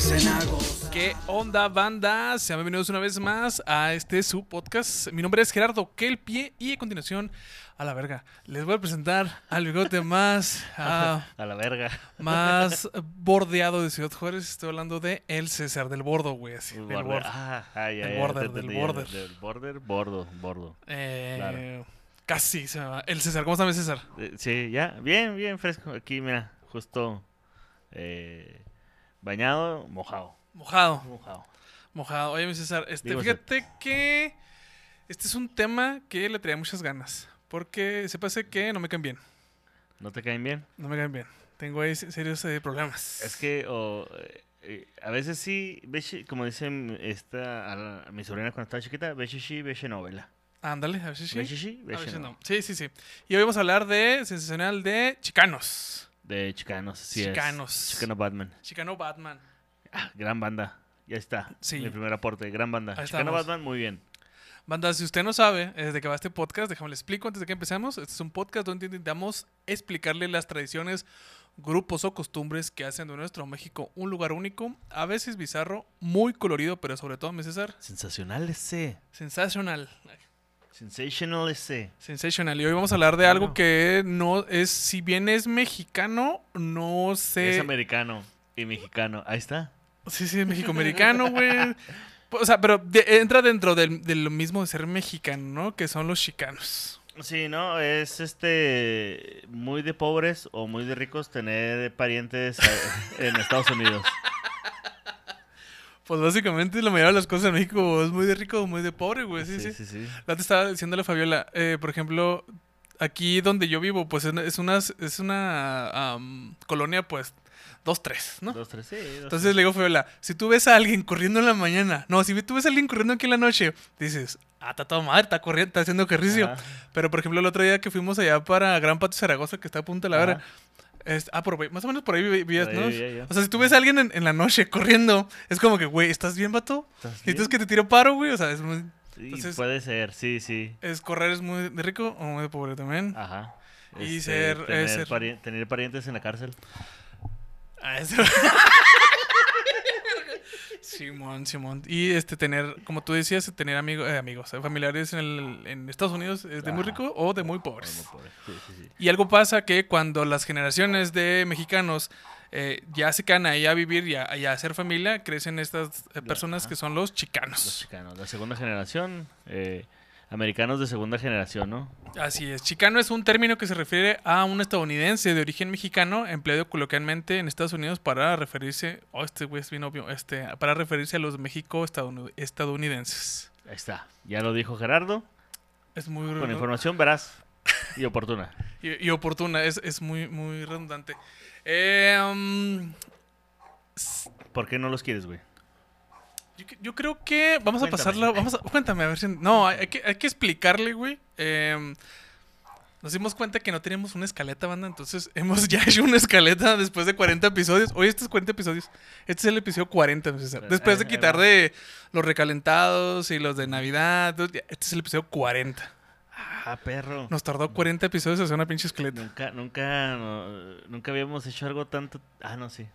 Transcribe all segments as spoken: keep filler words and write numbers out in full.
¿Qué onda, banda? Sean bienvenidos una vez más a este su podcast. Mi nombre es Gerardo Kelpie y a continuación, a la verga, les voy a presentar al bigote más uh, a la verga más bordeado de Ciudad Juárez. Estoy hablando de el César del Bordo, güey, así, el del border. bordo. Ah, ah, ya, del ya, border, te del entendí, border. Del border, bordo, bordo. Eh, Claro. Casi se me va. El César, ¿cómo estás, César? Eh, sí, ya, bien, bien fresco. Aquí, mira, justo eh, bañado, mojado. Mojado, Mojado. mojado. Oye, mi César, este, Digo, fíjate que este es un tema que le traía muchas ganas. Porque se parece que no me caen bien. ¿No te caen bien? No me caen bien. Tengo ahí serios eh, problemas. Es que o, eh, eh, a veces sí, veche- como dicen esta, a, la- a mi sobrina cuando estaba chiquita, veche sí, veche novela. Ándale, a ver si sí. Veche sí, A veche veces no. no. Sí, sí, sí. Y hoy vamos a hablar de sensacional de Chicanos. De Chicanos, sí Chicanos. es. Chicano Batman. Chicano Batman. Ah, gran banda. Ya está. Sí. Mi primer aporte, gran banda. Ahí Chicano estamos. Batman, muy bien. Banda, si usted no sabe eh, desde que va este podcast, déjame le explico antes de que empecemos. Este es un podcast donde intentamos explicarle las tradiciones, grupos o costumbres que hacen de nuestro México un lugar único, a veces bizarro, muy colorido, pero sobre todo, mi César, Sensacional ese. sensacional. Sensational ese. Sensational. Y hoy vamos a hablar de algo Bueno. que no es, si bien es mexicano, no sé. Es americano y mexicano. Ahí está. Sí, sí, es mexicoamericano, güey. O sea, pero de- entra dentro del, de lo mismo de ser mexicano, ¿no? Que son los chicanos. Sí, ¿no? Es este muy de pobres o muy de ricos tener parientes eh, en Estados Unidos. Pues básicamente la mayoría de las cosas en México es muy de rico o muy de pobre, güey. Sí, sí. sí, sí. La te estaba diciéndole a Fabiola, eh, por ejemplo, aquí donde yo vivo, pues es una, es una, es una am, colonia, pues, dos, tres, ¿no? Dos, tres, sí. dos, Entonces tres. le digo a Fabiola, si tú ves a alguien corriendo en la mañana, no, si tú ves a alguien corriendo aquí en la noche, dices, ah, está toda madre, está corriendo, está haciendo ejercicio. Ajá. Pero por ejemplo, el otro día que fuimos allá para Gran Patio Zaragoza, que está a punto de la Ajá. vera, es- ah, por, ahí- más o menos por ahí vi- vivías, Por ahí ¿no? vivía yo. O sea, si tú ves a alguien en, en la noche corriendo, es como que, güey, ¿estás bien, vato? ¿Estás ¿Necesitas que bien? te tiro paro, güey? O sea, es muy... Sí, entonces- puede ser, sí, sí. Es correr es muy de rico o muy de pobre también. Ajá. Y Este, ser- tener, es ser- pari- tener parientes en la cárcel. Ah, eso. Simón, Simón. Y este tener, como tú decías, tener amigos, eh, amigos, eh, familiares en, el- en Estados Unidos es de muy Ajá. rico o de muy Muy pobres. pobre. Sí, sí, sí. Y algo pasa que cuando las generaciones de mexicanos eh, ya se quedan ahí a vivir y a, y a hacer familia, crecen estas eh, personas Ajá. que son los Los chicanos. chicanos, la segunda generación, eh, americanos de segunda generación, ¿no? Así es. Chicano es un término que se refiere a un estadounidense de origen mexicano empleado coloquialmente en Estados Unidos para referirse, oh, este güey es bien obvio, este, para referirse a los México estadoun- estadounidenses. Ahí está, ya lo dijo Gerardo, Es muy con información veraz y oportuna. y, y oportuna, es, es muy, muy redundante. Eh, um, ¿Por qué no los quieres, güey? yo, yo creo que vamos Cuéntame. a pasarla, vamos a, cuéntame, a ver si... No, hay, hay que, hay que explicarle, güey. Eh, nos dimos cuenta que no teníamos una escaleta, banda, entonces hemos ya hecho una escaleta después de cuarenta episodios. Oye, estos cuarenta episodios. Este es el episodio cuarenta, César. Después de Ahí quitar va. de los recalentados y los de Navidad. Este es el episodio cuarenta. Ah, perro. Nos tardó cuarenta episodios hacer una pinche escaleta. Nunca, nunca, no, nunca habíamos hecho algo tanto. Ah, no, sí.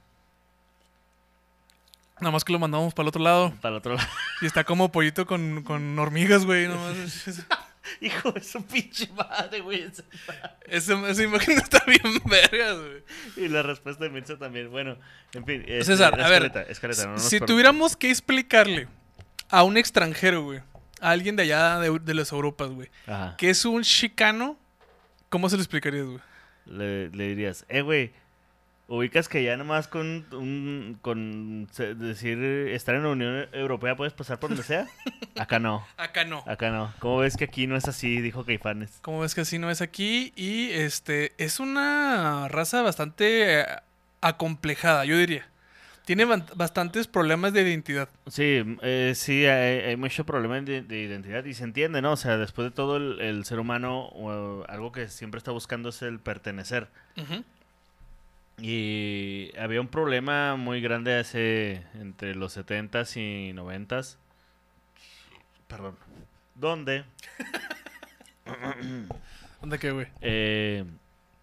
Nada más que lo mandamos para el otro lado. Para el otro lado. Y está como pollito con, con hormigas, güey. Nomás. Hijo de su pinche madre, güey. Esa, esa imagen está bien vergas, güey. Y la respuesta de Mirza también. Bueno, en fin. este, César, a ver, escaleta, escaleta, no nos si per- tuviéramos que explicarle a un extranjero, güey, a alguien de allá de, de las Europas, güey, Ajá. que es un chicano, ¿cómo se lo explicarías, güey? Le, le dirías, eh, güey, ubicas que ya nomás con, un, con se- decir estar en la Unión Europea puedes pasar por donde sea. Acá no, Acá no. acá no. ¿Cómo ves que aquí no es así? Dijo Caifanes. Como ves que así no es aquí y este es una raza bastante eh, acomplejada, yo diría. Tiene ban- bastantes problemas de identidad. Sí, eh, sí, hay, hay mucho problema de, de identidad y se entiende, ¿no? O sea, después de todo el, el ser humano, o, algo que siempre está buscando es el pertenecer. Ujú. Y había un problema muy grande hace entre los setentas y noventas. Perdón. ¿Dónde? ¿Dónde qué, güey? Eh,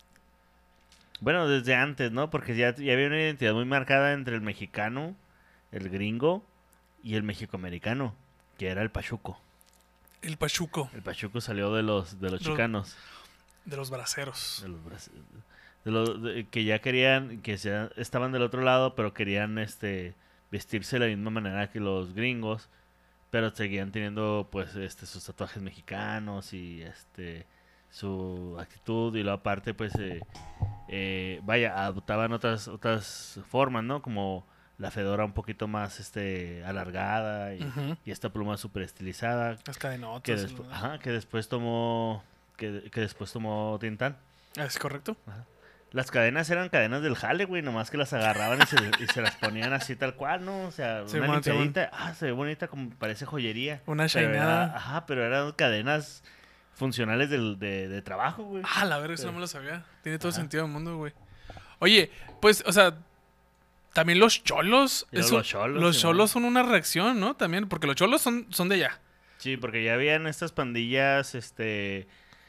bueno, desde antes, ¿no? Porque ya, ya había una identidad muy marcada entre el mexicano el gringo y el mexicoamericano, que era el pachuco. El pachuco. El pachuco salió de los de los Los- chicanos. De los braceros. De los, bras- de los de- que ya querían, que ya estaban del otro lado, pero querían este vestirse de la misma manera que los gringos, pero seguían teniendo pues este sus tatuajes mexicanos y este su actitud, y luego aparte pues eh, eh, vaya, adoptaban otras otras formas, ¿no? Como la fedora un poquito más este alargada y, Ujú. y esta pluma súper estilizada Las cadenotas. que, despu- ¿no? ajá, que después tomó que, que después tomó Tintán. ¿Es correcto? Las cadenas eran cadenas del jale, güey, nomás que las agarraban y se, y se las ponían así tal cual, ¿no? O sea, Sí, una man, sí, man. limpiadita, ah, se ve bonita, como parece joyería. Una Pero era- shineada. ajá, pero eran cadenas funcionales del, de, de trabajo, güey. Ah, la verga, eso Sí. no me lo sabía. Tiene todo el Ajá. sentido del mundo, güey. Oye, pues, o sea, también los cholos. Y luego eso- los cholos, los sí, cholos son una reacción, ¿no? También, porque los cholos son, son de allá. Sí, porque ya habían estas pandillas, este,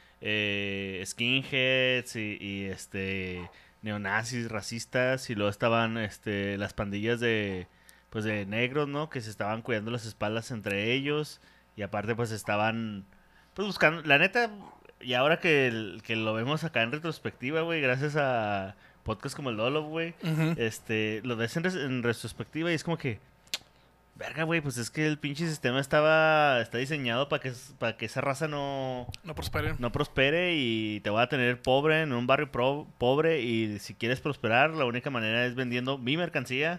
eh, skinheads y, y, este, neonazis, racistas, y luego estaban, este, las pandillas de, pues, de negros, ¿no? Que se estaban cuidando las espaldas entre ellos, y aparte, pues, estaban, pues, buscando, la neta, y ahora que, el- que lo vemos acá en retrospectiva, güey, gracias a podcasts como el Dolo, güey, Ujú. este, lo ves en, res- en retrospectiva y es como que, verga, güey, pues es que el pinche sistema estaba, está diseñado para que, para que esa raza no, No prosperen. no prospere y te va a tener pobre en un barrio pro- pobre, y si quieres prosperar, la única manera es vendiendo mi mercancía.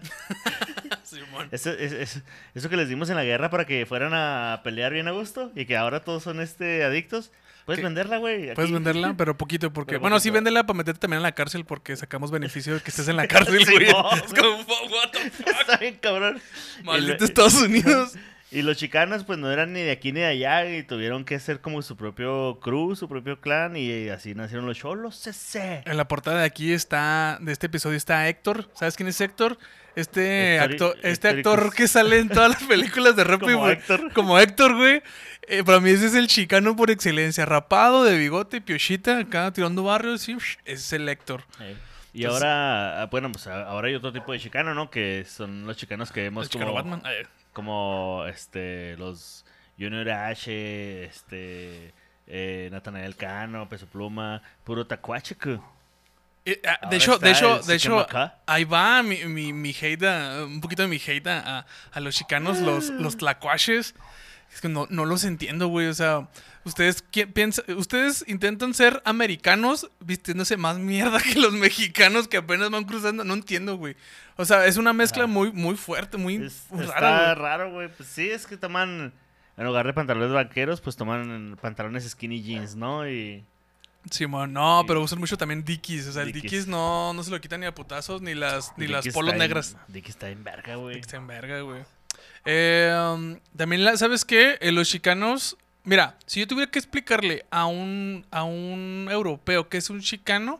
Simón. Eso, es- es- eso que les dimos en la guerra para que fueran a pelear bien a gusto y que ahora todos son este adictos. Puedes ¿Qué? venderla, güey. Puedes aquí. venderla, pero poquito, porque... Pero bueno, sí, poquito. véndela para meterte también en la cárcel, porque sacamos beneficio de que estés en la cárcel, güey. Simón. Es como, what the fuck. Está bien, cabrón. Maldito Y lo- Estados Unidos. Y los chicanos pues no eran ni de aquí ni de allá y tuvieron que hacer como su propio crew, su propio clan, y así nacieron los cholos. C C. En la portada de aquí está, de este episodio está Héctor. ¿Sabes quién es Héctor? Este Héctor- actor, este Héctor actor que sale en todas las películas de rap, Como güey. Héctor. Como Héctor, güey. Eh, para mí ese es el chicano por excelencia. Rapado, de bigote, piochita, acá tirando barrios, sí, ese es el Héctor. Eh, Y Entonces- ahora, ah, bueno, pues a- ahora hay otro tipo de chicano, ¿no? Que son los chicanos que vemos El chicano como, Batman. Eh, como este, los Junior H, este, eh, Natanael Cano, Peso Pluma, puro tacuachico. eh, ah, Ahora de hecho, de está hecho, el de hecho, Sicamacá. ahí va mi, mi, mi hate, a- un poquito de mi hate a, a- a los chicanos, los, los tlacuaches. Es que no, no los entiendo, güey. O sea, ustedes ¿quién piensa, ustedes intentan ser americanos vistiéndose más mierda que los mexicanos que apenas van cruzando. No entiendo, güey. O sea, es una mezcla Ajá. muy, muy fuerte, muy, Es- muy está rara, güey. raro, güey. Pues sí, es que toman, en lugar de pantalones vaqueros, pues toman pantalones skinny jeans, ¿no? Y Simón, no, Y- pero usan mucho también Dickies. O sea, el Dickies. Dickies no, no se lo quitan ni a putazos, ni las, ni las Dickies polos está en- negras. Dickies está en verga, güey. Está en verga, güey. Eh, um, también, la, ¿sabes qué? Eh, los chicanos... Mira, si yo tuviera que explicarle a un, a un europeo que es un chicano,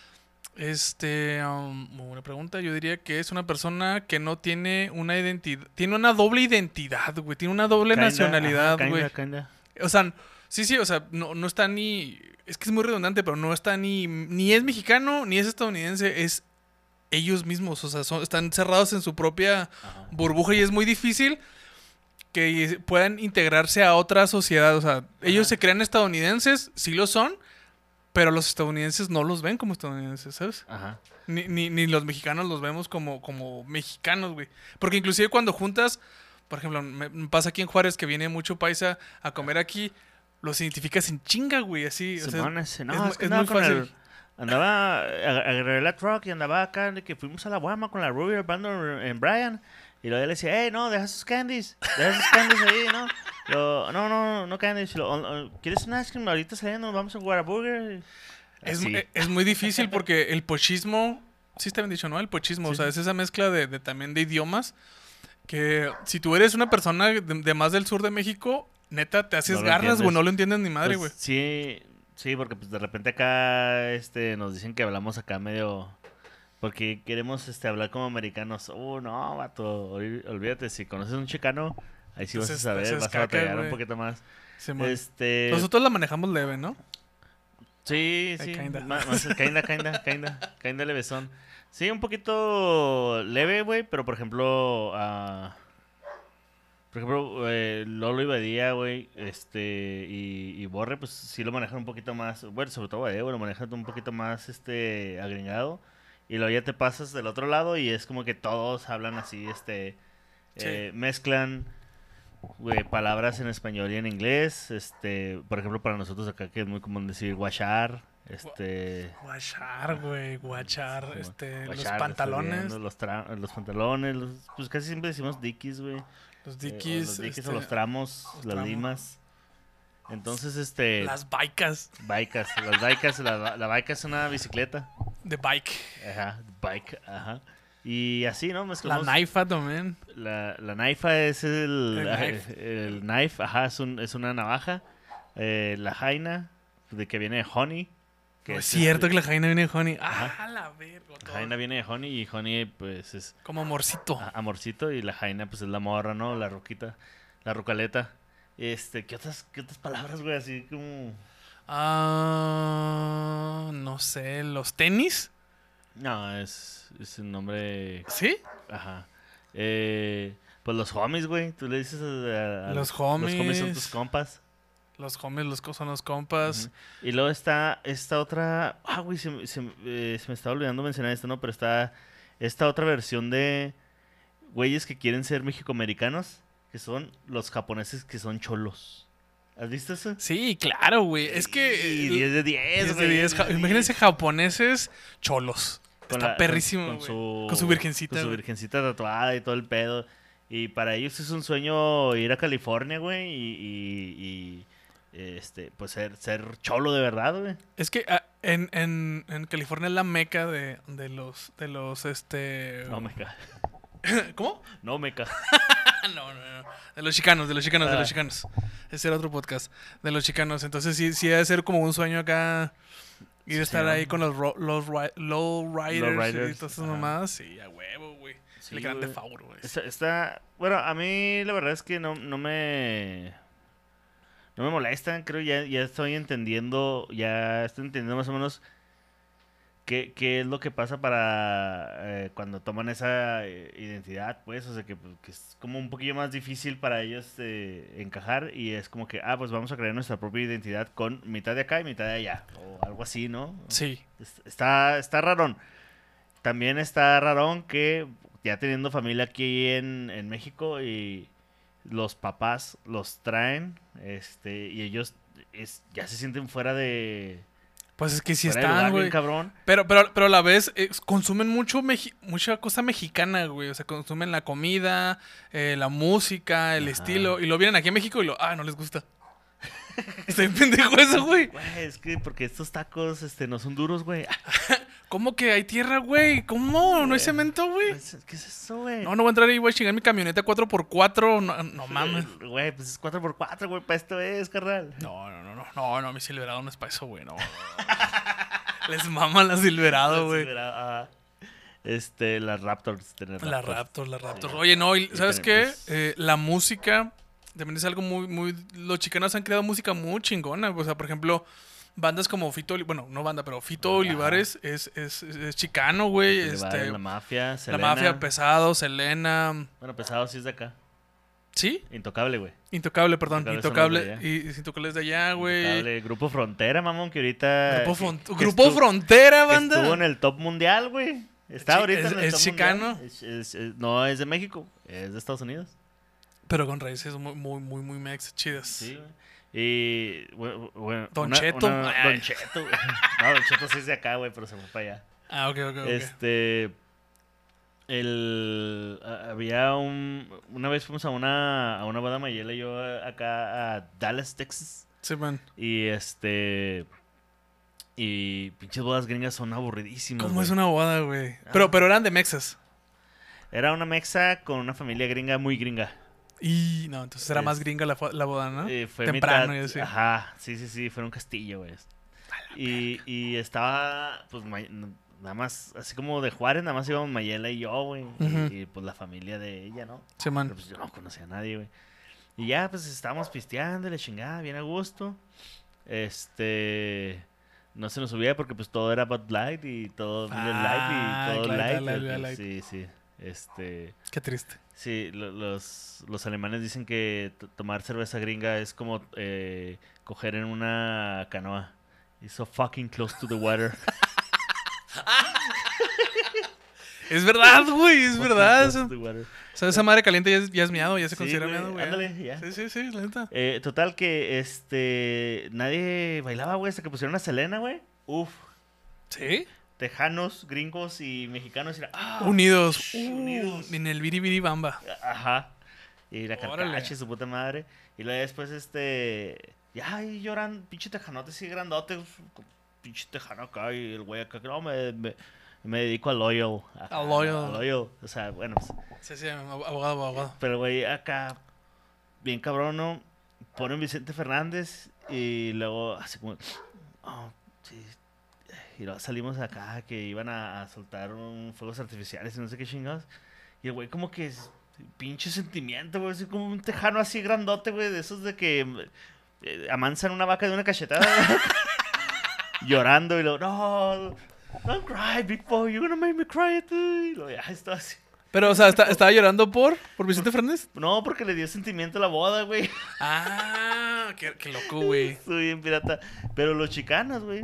este, um, muy buena pregunta, yo diría que es una persona que no tiene una identidad, tiene una doble identidad, güey, tiene una doble Kinda, nacionalidad, ajá, güey. kinda, kinda. O sea, sí, sí, o sea, no, no está ni, es que es muy redundante, pero no está ni, ni es mexicano, ni es estadounidense, es ellos mismos, o sea, son, están cerrados en su propia Ajá. burbuja y es muy difícil que puedan integrarse a otra sociedad. O sea, ellos Ajá. se crean estadounidenses, sí lo son, pero los estadounidenses no los ven como estadounidenses, ¿sabes? Ajá. Ni, ni, ni los mexicanos los vemos como, como mexicanos, güey. Porque inclusive cuando juntas, por ejemplo, me, me pasa aquí en Juárez que viene mucho paisa a comer aquí, los identificas en chinga, güey, así. O sea, Simón, ese, no, es es, mu- que es andaba muy con fácil. el- andaba, ag- agarré la truck y andaba acá, de que fuimos a la Guama con la Ruby, el bando en Brian. Y luego él le decía, hey, no, deja sus candies, deja sus candies ahí, ¿no? Lo, no, no, no candies. Lo, o- o, ¿quieres un ice cream? Ahorita saliendo, vamos a jugar a burger. Es, Así. mu- es muy difícil porque el pochismo, sí está bien dicho, ¿no? El pochismo, Sí, o sea, sí. es esa mezcla de, de también de idiomas que si tú eres una persona de, de más del sur de México, neta, te haces No lo garras, güey, entiendes. no lo entiendes ni madre, Pues, güey. sí, sí, porque pues de repente acá este nos dicen que hablamos acá medio porque queremos este hablar como americanos. Uh, no, vato, ol- olvídate, si conoces un chicano, ahí sí vas a Entonces, saber, entonces, vas a caca, batallar güey. un poquito más. Sí, man. Este, Nosotros la manejamos leve, ¿no? sí, Eh, sí, kinda. ma- más, kinda, kinda, kinda, kinda levesón. Sí, un poquito leve, güey, pero por ejemplo, ah, por ejemplo, eh, Lolo y Badía, güey, este, y, y Borre, pues sí lo manejan un poquito más, bueno, sobre todo Badía, güey, lo manejan un poquito más, este, agringado, y luego ya te pasas del otro lado y es como que todos hablan así, este, Sí. eh, mezclan, güey, palabras en español y en inglés, este, por ejemplo, para nosotros acá que es muy común decir guachar, este... Guachar, güey, guachar, Como este, los guachar, estás viendo, pantalones, los, tra- los pantalones, los- pues casi siempre decimos dickies, güey. los Eh, o los dickies, dickies este, o los tramos, los las tramos, limas. Entonces, este, las bikes, bikes, las bikes, la, la bike es una bicicleta. de bike, Ajá, bike, ajá. Y así, ¿no? la Mezclamos. naifa también, La, la naifa es el, El el, knife. el knife, ajá, es, un, es una navaja. Eh, la jaina, de que viene de honey. Que no es es cierto este- que la jaina viene de honey, Ajá. ah, la verga, todo. Jaina viene de honey y honey, pues, es Como amorcito, a- amorcito y la jaina pues es la morra, ¿no? La ruquita, la rucaleta. Este, ¿qué otras, qué otras palabras, güey? Así como... ah, no sé, los tenis, No, es, es un nombre... ¿sí? Ajá. Eh, pues los homies, güey. Tú le dices a, a- Los Los homies son homies. tus compas. Los homies, los co- son los compas. Ujú. Y luego está esta otra... Ah, güey, se, me- se me- eh, se me estaba olvidando mencionar esto, ¿no? Pero está esta otra versión de güeyes que quieren ser mexicoamericanos, que son los japoneses que son cholos. ¿Has visto eso? Sí, claro, güey. Es que. Sí, eh, diez de diez, diez de güey. diez, ja- Imagínense japoneses cholos. Con Está la- perrísimo, con, güey. con su, Con su virgencita, Con su güey. virgencita tatuada y todo el pedo. Y para ellos es un sueño ir a California, güey. Y, y- y, este, pues ser, ser cholo de verdad, güey. Es que ah, en, en, en California es la meca de, de los. De los. Este. No me ca. ¿Cómo? No me ca. no, no, no. De los chicanos, de los chicanos, de Ah. los chicanos. Ese era otro podcast. De los chicanos. Entonces sí, sí debe ser como un sueño acá. Ir Sí, a estar sí, ahí ¿no? con los ro- los ri- low riders, y Lowriders, todas esas ajá. mamadas. Sí, a huevo, güey. Sí, El grande güey. Fauro, güey. Está, está- bueno, a mí la verdad es que no, no me... No me molestan, creo ya, ya estoy entendiendo, ya estoy entendiendo más o menos qué, qué es lo que pasa para eh, cuando toman esa eh, identidad, pues, o sea, que, pues, que es como un poquillo más difícil para ellos eh, encajar y es como que, ah, pues vamos a crear nuestra propia identidad con mitad de acá y mitad de allá, o algo así, ¿no? Sí. Es- Está, está rarón. También está rarón que ya teniendo familia aquí en, en México y los papás los traen, este, y ellos es, ya se sienten fuera de, Pues es que sí fuera de están, lugar, bien güey. cabrón. Pero, pero, pero a la vez eh, consumen mucho mexi- mucha cosa mexicana, güey. O sea, consumen la comida, eh, la música, el Ajá. estilo. Y lo vienen aquí a México y lo, ah, no les gusta. Está bien pendejo eso, güey. Güey, es que porque estos tacos, este, no son duros, güey. ¿Cómo que hay tierra, güey? ¿Cómo? ¿No hay Güey. cemento, güey? ¿Qué es eso, güey? No, no voy a entrar ahí, voy a chingar mi camioneta cuatro por cuatro. No, no mames. Güey, pues es cuatro por cuatro, güey, para esto es, carnal. No, no, no, no. No, no, mi Silverado no es para eso, güey. No, no, no. Les mama la Silverado, güey. Ah, Este, las Raptors. tener La Raptors. Raptor, la Raptor. Sí. Oye, no, y Y ¿sabes tener, qué? pues- Eh, la música también es algo muy, muy... Los chicanos han creado música muy chingona. O sea, por ejemplo, bandas como Fito... Oli- Bueno, no banda, pero Fito Ajá. Olivares es, es, es, es chicano, güey. Olivares, Este, la la, mafia, Selena. Mafia, Pesado, Selena... Bueno, pesado sí es de acá. ¿Sí? Intocable, güey. Intocable, perdón. Intocable Intocable. son los de Y, y Intocable es de allá, güey. Intocable. Grupo Frontera, mamón, que ahorita... Grupo, que- Fron- que Grupo estu- Frontera, que banda. estuvo en el top mundial, güey. Está chi- ahorita es- en el es top chicano. mundial. Es- es- es- no es de México, es de Estados Unidos. Pero con raíces muy, muy, muy, muy mex chidas. Sí, güey. Y, bueno, bueno, Don una- Cheto. una- Ay. Don Cheto, güey. No, Don Cheto sí es de acá, güey, pero se fue para allá. Ah, ok, ok, ok. Este. El. a- Había un. Una vez fuimos a una. A una boda Mayela y yo a- acá a Dallas, Texas. Sí, man. Y este. Y pinches bodas gringas son aburridísimas. ¿Cómo güey. es una boda, güey? Ah. Pero, pero eran de mexas. Era una mexa con una familia gringa muy gringa. Y no, entonces era Es- más gringa la, fo- la boda, ¿no? Eh, fue Temprano mitad- y así. Ajá, sí, sí, sí, fue en un castillo, güey. Y, y estaba, pues, ma- nada más, así como de Juárez, nada más íbamos Mayela y yo, güey. y- Ujú. y, pues la familia de ella, ¿no? Sí, man. Pero pues yo no conocía a nadie, güey. Y ya, pues estábamos pisteando, y la chingada, bien a gusto. Este. no se nos subía porque pues todo era Bud Light y todo Miller Ah, Light y todo claro, Light. Light, pues, Light. Sí, sí. Este, Qué triste. sí, lo- los, los alemanes dicen que t- tomar cerveza gringa es como eh, coger en una canoa. It's so fucking close to the water. Es verdad, güey, es Fucking verdad. close Eso. to the water. O sea, esa madre caliente ya es, ya es miado, ya se Sí, considera güey, miado, güey. ándale, ya. Sí, sí, sí, la neta. Eh, total que este nadie bailaba, güey, hasta que pusieron a Selena, güey. Uf, ¿Sí? tejanos, gringos y mexicanos. Y era, ah, Unidos. shh, Uh, unidos. En el biribiri bamba. Ajá. Y la Órale. carcacha y su puta madre. Y luego después, este. Ya, ahí lloran, pinche tejanote así grandote. Pinche tejano acá. Y el güey acá. No, me, me, me dedico al loyal. Ajá, Al loyal. Al loyal. O sea, bueno. Pues, Sí, sí, abogado, abogado. pero el güey acá. Bien cabrón, ¿no? Ponen Vicente Fernández. Y luego, así como. Oh, sí. Y luego salimos acá que iban a, a soltar un fuegos artificiales y no sé qué chingados. Y el güey como que es pinche sentimiento, güey, así como un tejano así grandote, güey, de esos de que eh, amansan una vaca de una cachetada. Llorando y luego, no, don't cry, big boy, you're gonna make me cry. Y luego ya está así. Pero, o sea, ¿está- ¿estaba llorando por? ¿Por Vicente Fernández? No, porque le dio sentimiento a la boda, güey. Ah, qué, qué loco, güey. Soy bien pirata. Pero los chicanos, güey.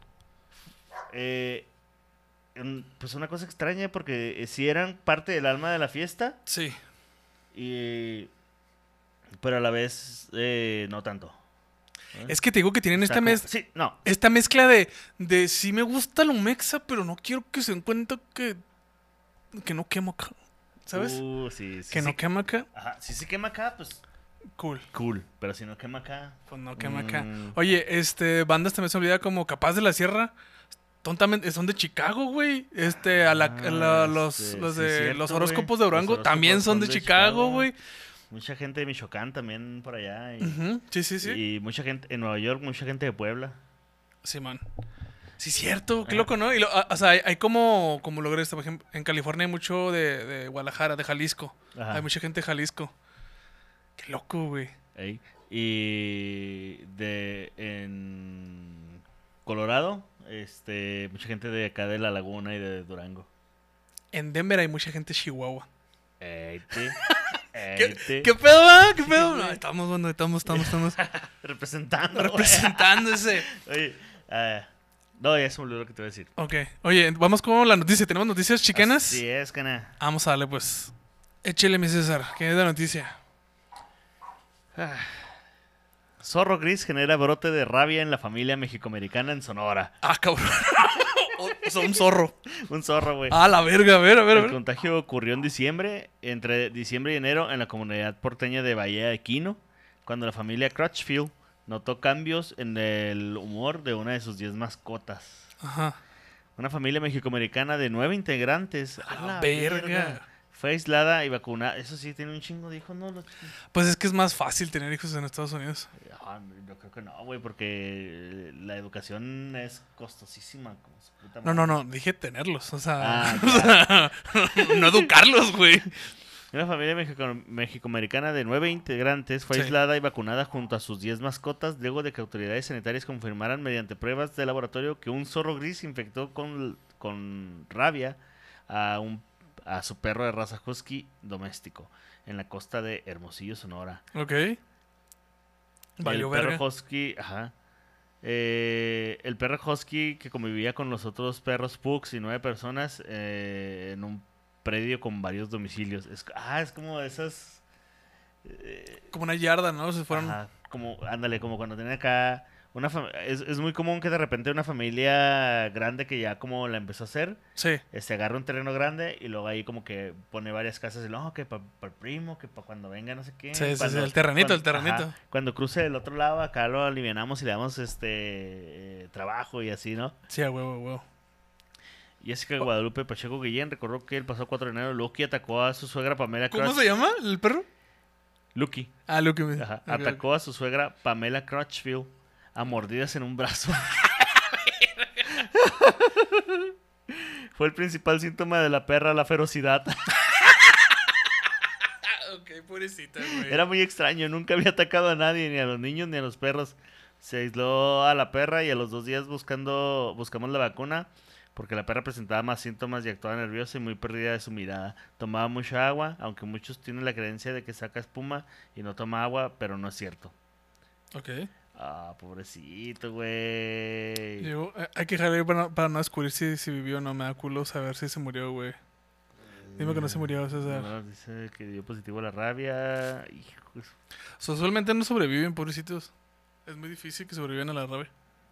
Eh, en- pues una cosa extraña porque eh, sí eran parte del alma de la fiesta. Sí. Y, pero a la vez eh, no tanto. ¿Eh? Es que te digo que tienen O esta, sea, como- mez- Sí, no. esta mezcla de, de sí me gusta lo mexa, pero no quiero que se den cuenta que, que no quemo acá. ¿Sabes? Uh, sí, sí, que sí. no quema acá. Ajá, si se quema acá, pues Cool. cool. Pero si no quema acá. Pues no quema acá. Mm. Oye, este, bandas también se olvida como Capaz de la Sierra. Tontamente, son de Chicago, güey. Este, a la, a la- Ah, los, este, los sí, de cierto, los güey. horóscopos de Los Durango horóscopos también son de, Chicago, güey. Mucha gente de Michoacán también por allá. Y, Ujú, sí, sí, sí. y mucha gente en Nueva York, mucha gente de Puebla. Sí, man. Sí, cierto. Qué Ajá. loco, ¿no? Y lo- a- o sea, hay, hay como, como logré esto. Por ejemplo, en California hay mucho de, de Guadalajara, de Jalisco. Ajá. Hay mucha gente de Jalisco. Qué loco, güey. Ey. Y de en Colorado, este, mucha gente de acá de La Laguna y de Durango. En Denver hay mucha gente de Chihuahua. Ey, te, ¿Qué, ey, te. ¿Qué pedo, va? ¿Qué Sí, pedo? güey. No, estamos, bueno, estamos, estamos, estamos Representando. güey. representándose. Oye, ah, no, ya se me olvidó lo que te iba a decir. Ok. Oye, vamos con la noticia. ¿Tenemos noticias chicanas? Sí, es, cana. Vamos a darle, pues. Échele, mi César. ¿Qué es la noticia? Zorro gris genera brote de rabia en la familia mexicoamericana en Sonora. Ah, cabrón. o, o sea, un zorro. Un zorro, güey. Ah, la verga. A ver, a ver, a El ver. contagio ocurrió en diciembre, entre diciembre y enero, en la comunidad porteña de Bahía de Quino, cuando la familia Crutchfield notó cambios en el humor de una de sus diez mascotas. Ajá. Una familia mexicoamericana de nueve integrantes. A ¡A la verga. Fue aislada y vacunada. Eso sí, tiene un chingo de hijos, ¿no? Los- Pues es que es más fácil tener hijos en Estados Unidos. Ah, yo creo que no, güey, porque la educación es costosísima. Como su puta No, madre. no, no. Dije tenerlos. O sea, Ah, o sea, no educarlos, güey. Una familia mexico- mexicoamericana de nueve integrantes fue Sí. aislada y vacunada junto a sus diez mascotas luego de que autoridades sanitarias confirmaran mediante pruebas de laboratorio que un zorro gris infectó con, con rabia a, un, a su perro de raza husky doméstico en la costa de Hermosillo, Sonora. Ok. Valió el perro verga. husky, ajá. Eh, el perro husky que convivía con los otros perros pugs y nueve personas eh, en un predio con varios domicilios. Es, ah, es como esas... eh, Como una yarda, ¿no? Se fueron. ajá, como, ándale, como cuando tienen acá... Una fam- es, es muy común que de repente una familia grande que ya como la empezó a hacer, Sí. se agarra un terreno grande y luego ahí como que pone varias casas y no, que para el primo, que para cuando venga no sé qué. Sí, sí, sí, Cuando- el terrenito, el cuando- terrenito. ajá, cuando cruce del otro lado, acá lo alivianamos y le damos este eh, trabajo y así, ¿no? Sí, a huevo, a huevo. Jessica Guadalupe Pacheco Guillén recordó que el pasado cuatro de enero Lucky atacó a su suegra Pamela ¿Cómo Crutch- se llama el perro? Lucky, Ah, lo que me. ajá, ok, atacó a su suegra Pamela Crutchfield a mordidas en un brazo. Fue el principal síntoma de la perra, la ferocidad. ok. Ok, pobrecita, güey. Era muy extraño, nunca había atacado a nadie, ni a los niños ni a los perros. Se aisló a la perra y a los dos días buscando buscamos la vacuna porque la perra presentaba más síntomas y actuaba nerviosa y muy perdida de su mirada. Tomaba mucha agua, aunque muchos tienen la creencia de que saca espuma y no toma agua, pero no es cierto. Ok. Ah, pobrecito, güey. Digo, eh, hay que dejarle para, para no descubrir si, si vivió o no. Me da culo saber si se murió, güey. Dime que no se murió, César. No, dice que dio positivo a la rabia. Hijo de su- O sea, usualmente no sobreviven, pobrecitos. Es muy difícil que sobrevivan a la rabia.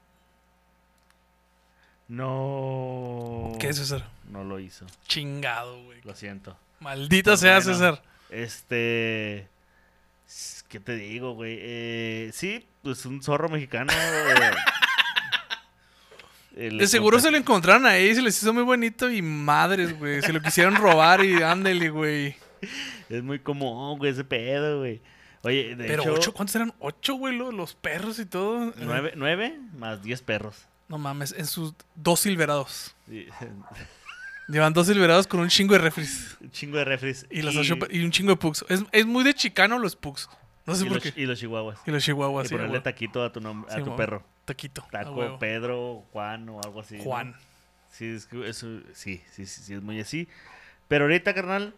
No. ¿Qué, César? No lo hizo. Chingado, güey. Lo siento. Maldita Pues sea, bueno, César. Este. s- ¿Qué te digo, güey? Eh, sí, pues un zorro mexicano. eh, eh, le De seguro conta- se lo encontraron ahí, se les hizo muy bonito y madres, güey. Se lo quisieron robar y ándele, güey. Es muy común, güey, ese pedo, güey. Oye, de Pero hecho. ocho, ¿cuántos eran? Ocho, güey, lo- los perros y todo. Eh, Nueve, nueve más diez perros. No mames, en sus dos silverados. Sí, Llevan dos silverados con un chingo de refris. un chingo de refris. Y, los ocho, y un chingo de pugs. Es, es muy de chicano los pugs. No sé y por los, qué. y los chihuahuas. Y los chihuahuas, Y sí, ponerle güey. taquito a tu, nom- a Sí, tu güey. perro. Taquito. a Taco, huevo. Pedro, Juan o algo así. ¿no? Juan. Sí, es que eso, sí, sí, sí, sí, es muy así. Pero ahorita, carnal,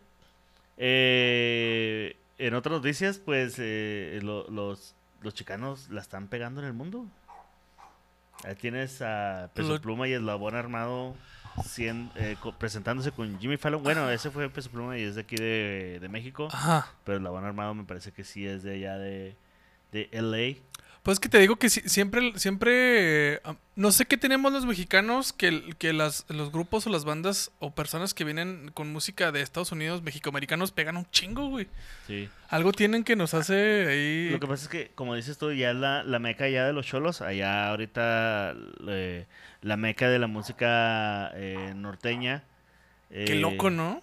eh, en otras noticias, pues eh, lo- los, los chicanos la están pegando en el mundo. Ahí tienes a Peso Lo- Pluma y Eslabón Armado cien, eh, co- presentándose con Jimmy Fallon. Bueno, ese fue Peso Pluma y es de aquí de, de México. Ajá. Pero Eslabón Armado me parece que sí es de allá de, de L A. Pues es que te digo que si- siempre, siempre, eh, am- no sé qué tenemos los mexicanos, que, el- que las, los grupos o las bandas o personas que vienen con música de Estados Unidos, mexicoamericanos, pegan un chingo, güey. Sí. Algo tienen que nos hace ahí... Lo que pasa es que, como dices tú, ya la, la meca ya de los cholos, allá ahorita eh, la meca de la música eh, norteña. Qué eh, loco, ¿no?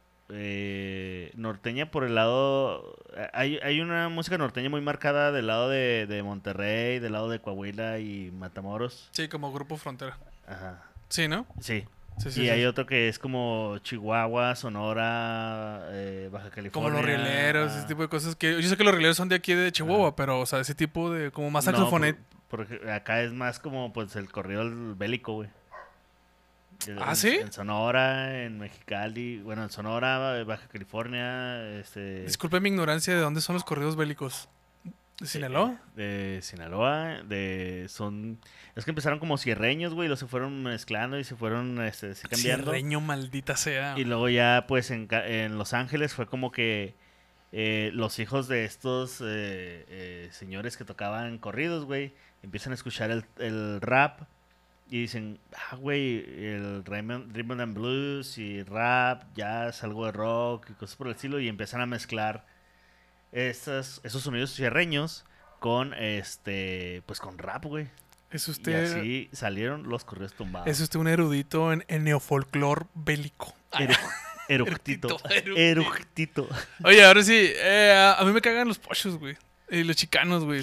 eh, norteña por el lado... Hay, hay una música norteña muy marcada del lado de, de Monterrey, del lado de Coahuila y Matamoros. Sí, como Grupo Frontera. Ajá. Sí, ¿no? Sí. Sí, sí, y sí. hay otro que es como Chihuahua, Sonora, eh, Baja California. Como los rieleros, ah. ese tipo de cosas. Que yo sé que los rieleros son de aquí de Chihuahua, pero, o sea, ese tipo de... Como más No, saxofonet. por- porque acá es más como pues el corrido del bélico, güey. En- ¿Ah, sí? En Sonora, en Mexicali, bueno, en Sonora, Baja California, este... Disculpe mi ignorancia de dónde son los corridos bélicos. ¿De Sinaloa? De Sinaloa, de... son... Es que empezaron como cierreños, güey, y luego se fueron mezclando y se fueron este, se cambiando. Cierreño, maldita sea. Y luego ya, pues, en, ca- en Los Ángeles fue como que eh, los hijos de estos eh, eh, señores que tocaban corridos, güey, empiezan a escuchar el, el rap y dicen, ah, güey, el rhythm, rhythm and blues y rap, jazz, algo de rock y cosas por el estilo, y empiezan a mezclar esas, esos sonidos cierreños con, este, pues, con rap, güey. Es Y usted... así salieron los corridos tumbados. Es usted un erudito en, en neofolclor bélico. Eru- Eructito. Eructito, Eructito. Oye, ahora sí, eh, a, a mí me cagan los pochos, güey. Y los chicanos, güey.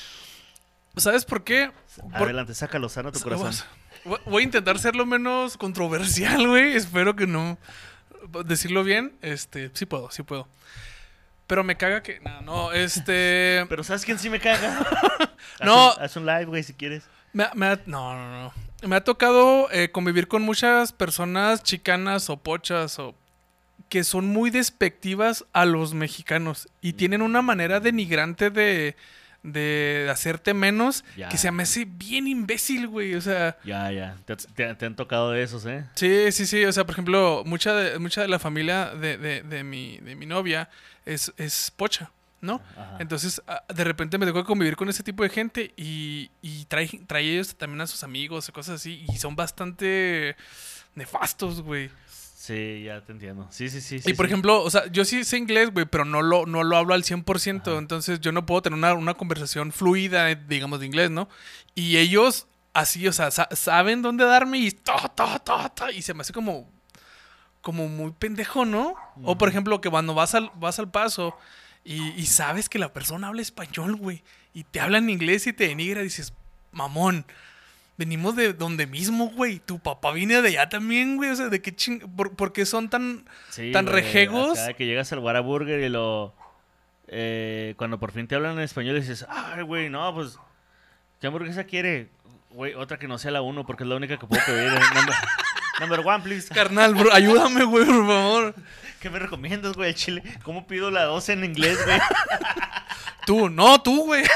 ¿Sabes por qué? Por- Adelante, sácalo, sana tu corazón. Voy- Voy a intentar ser lo menos controversial, güey. Espero que no. Decirlo bien, este, sí puedo, sí puedo. Pero me caga que. No, no, este. Pero ¿sabes quién sí me caga? No. Haz un, haz un live, güey, si quieres. Me ha- me ha- no, no, no. Me ha tocado eh, convivir con muchas personas chicanas o pochas o que son muy despectivas a los mexicanos y tienen una manera denigrante de, de hacerte menos Ya. que se me hace bien imbécil, güey. O sea, Ya, ya. Te, te- te han tocado de esos, ¿eh? sí, sí, sí. O sea, por ejemplo, mucha de, mucha de la familia de, de, de mi, de mi novia es, es pocha, ¿no? Ajá. Entonces, ah, de repente me tocó convivir con ese tipo de gente y, y trae, trae ellos también a sus amigos y cosas así. Y son bastante nefastos, güey. Sí, ya te entiendo. Sí, sí, sí. Y sí, por sí. ejemplo, o sea, yo sí sé inglés, güey, pero no lo, no lo hablo al cien por ciento. Ajá. Entonces yo no puedo tener una, una conversación fluida, eh, digamos, de inglés, ¿no? Y ellos así, o sea, sa- saben dónde darme y ta, ta, ta, ta, y se me hace como, como muy pendejo, ¿no? O por Ujú. ejemplo, que cuando vas al, vas al paso y, y sabes que la persona habla español, güey, y te habla en inglés y te denigra, dices, mamón. Venimos de donde mismo, güey. Tu papá viene de allá también, güey. O sea, ¿de qué ching... ¿Por, por qué son tan, Sí, tan güey, rejegos? acá que llegas al Whataburger y lo... eh, cuando por fin te hablan en español dices, ay, güey, no, pues... ¿Qué hamburguesa quiere? Güey, otra que no sea la uno, porque es la única que puedo pedir. Number, number one, please. Carnal, bro, ayúdame, güey, por favor. ¿Qué me recomiendas, güey, el chile? ¿Cómo pido la dos en inglés, güey? Tú, no, tú, güey.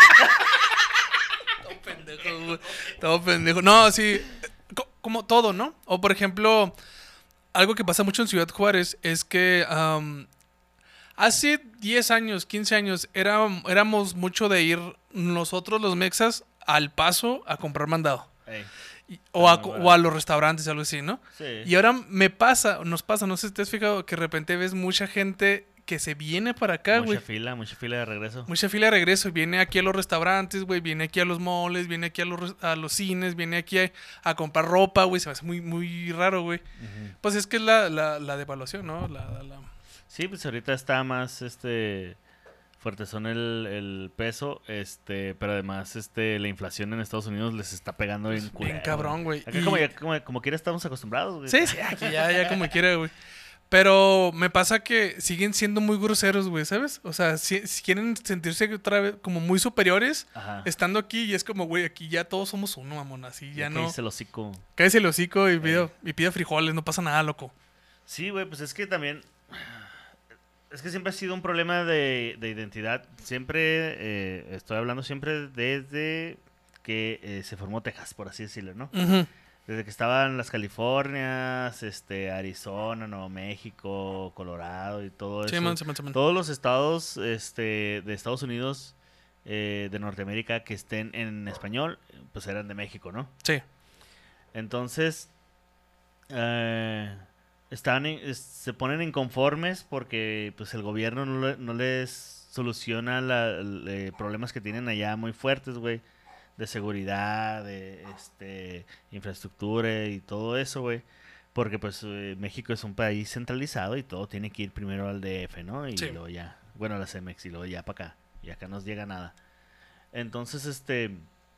Todo pendejo, güey. Todo pendejo. No, sí, co- como todo, ¿no? O, por ejemplo, algo que pasa mucho en Ciudad Juárez es que um, hace diez años, quince años, era, éramos mucho de ir nosotros los mexas al Paso a comprar mandado. Ey, Y- O a, Ah, muy o a los restaurantes, algo así, ¿no? sí. Y ahora me pasa, nos pasa, no sé si te has fijado que de repente ves mucha gente que se viene para acá, mucha güey. fila, mucha fila de regreso. Mucha fila de regreso. Y viene aquí a los restaurantes, güey. Viene aquí a los malls, viene aquí a los, res- a los cines, viene aquí a, a comprar ropa, güey. Se me hace muy, muy raro, güey. Ujú. Pues es que es la, la, la devaluación, ¿no? La, la- la- Sí, pues ahorita está más, este... fuertezón el, el peso, este, pero además este la inflación en Estados Unidos les está pegando bien Bien culero, cabrón, güey. Acá Y- como, ya- como, como quiera estamos acostumbrados, güey. Sí, sí, aquí ya, ya como quiera, güey. Pero me pasa que siguen siendo muy groseros, güey, ¿sabes? O sea, si, si quieren sentirse otra vez como muy superiores, Ajá. estando aquí y es como, güey, aquí ya todos somos uno, mamón. Así ya, Ya no. cállese el hocico. Cállese el hocico y pida, y pida frijoles, no pasa nada, loco. Sí, güey, pues es que también... Es que siempre ha sido un problema de, de identidad. Siempre, eh, estoy hablando siempre desde que eh, se formó Texas, por así decirlo, ¿no? Ujú. Desde que estaban las Californias, este, Arizona, Nuevo México, Colorado y todo Sí, eso. man, sí, man, sí, man. Todos los estados este, de Estados Unidos, eh, de Norteamérica, que estén en español, pues eran de México, ¿no? Sí. Entonces, eh, están en- es- se ponen inconformes porque pues el gobierno no, le- no les soluciona la- le- problemas que tienen allá muy fuertes, güey, de seguridad, de este, infraestructura y todo eso, güey. Porque pues eh, México es un país centralizado y todo tiene que ir primero al D F, ¿no? Y Sí. luego ya, bueno, a la Cemex y luego ya para acá. Y acá no nos llega nada. Entonces, este,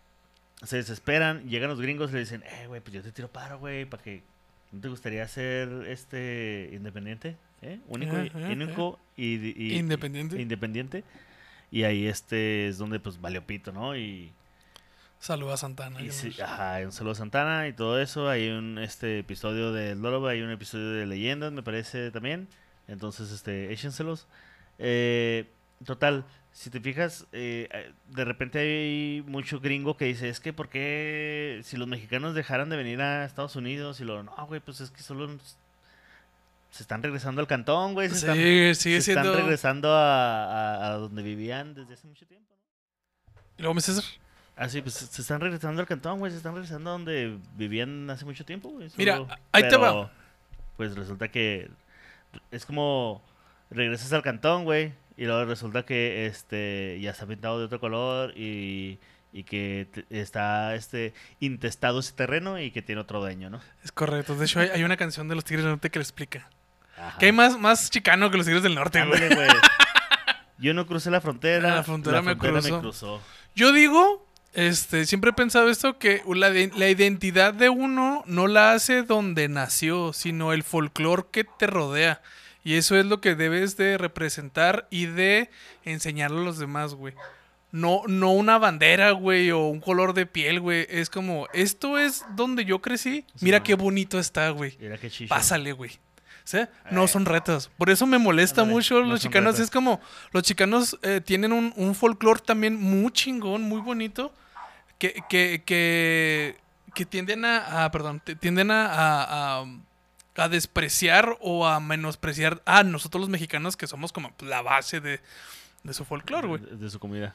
se desesperan, llegan los gringos y le dicen, eh, güey, pues yo te tiro paro, güey, para que, ¿no te gustaría ser, este, independiente? ¿Eh? Único, y- Ajá, único y, y- Independiente. independiente. Y ahí, este, es donde, pues, valió pito, ¿no? Y, Saluda a Santana. y que sí, nos- ajá, hay un saludo a Santana y todo eso. Hay un, este, episodio de Lullaby, hay un episodio de Leyendas, me parece, también. Entonces, este, échenselos. Eh, total, si te fijas, eh, eh, de repente hay mucho gringo que dice, es que ¿por qué si los mexicanos dejaran de venir a Estados Unidos? Y lo no, güey, pues es que solo nos- se están regresando al cantón, güey. Se están, Sí, sigue se están siendo. regresando a, a- a donde vivían desde hace mucho tiempo, ¿no? Y luego me César. Ah, sí, pues se están regresando al cantón, güey. Se están regresando a donde vivían hace mucho tiempo, güey. Mira, solo- ahí te pero, va. Pues resulta que es como regresas al cantón, güey. Y luego resulta que este ya está pintado de otro color y, y que te- está este intestado ese terreno y que tiene otro dueño, ¿no? Es correcto. De hecho, hay, hay una canción de los Tigres del Norte que lo explica. Ajá. Que hay más, más chicano que los Tigres del Norte, güey. Ándale, güey. Yo no crucé la frontera. La frontera me cruzó. cruzó. Yo digo, este, siempre he pensado esto, que la, de- la identidad de uno no la hace donde nació, sino el folclore que te rodea. Y eso es lo que debes de representar y de enseñarle a los demás, güey. No, no una bandera, güey, o un color de piel, güey. Es como, esto es donde yo crecí. Sí, Mira man. qué bonito está, güey. Mira qué chicho. Pásale, güey. O sea, no son retos. Por eso me molesta Ándale, mucho no los son chicanos. retos. Es como, los chicanos eh, tienen un, un folclore también muy chingón, muy bonito, que, que, que, que tienden a, a- perdón, te- tienden a, a, a- a despreciar o a menospreciar a nosotros los mexicanos, que somos como la base de, de su folclore, güey. De, de su comida.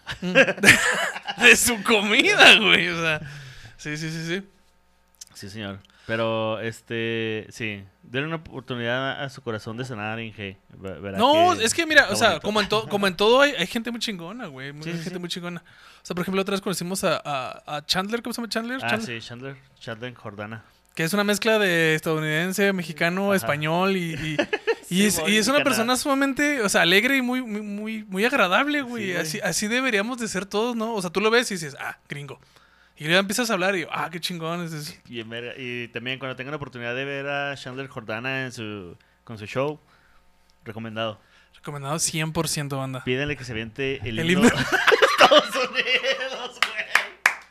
De su comida, güey. O sea, sí, sí, sí, sí. Sí, señor. Pero, este, sí, denle una oportunidad a su corazón de sanar, Inge. Ve- verá No, es que mira, está o sea, bonito. como en, to- como en todo hay, hay gente muy chingona, güey. Muy- Sí, hay sí, gente sí. muy chingona. O sea, por ejemplo, otra vez conocimos a, a- a Chandler, ¿cómo se llama Chandler? Ah, Chandler, sí, Chandler, Chandler Jordana. que es una mezcla de estadounidense, mexicano, Ajá. español y, y, y Sí, es, muy y es una mexicana. persona sumamente, o sea, alegre y muy, muy, muy, muy agradable, güey. Sí, güey. así, así deberíamos de ser todos, ¿no? O sea, tú lo ves y dices, ah, gringo. Y luego empiezas a hablar y, ah, qué chingón. Es, es- Y, en verga- y también cuando tengan la oportunidad de ver a Chandler Jordana en su, con su show, recomendado. recomendado cien por ciento, banda. Pídenle que se aviente el, El himno himno. de Estados Unidos, güey.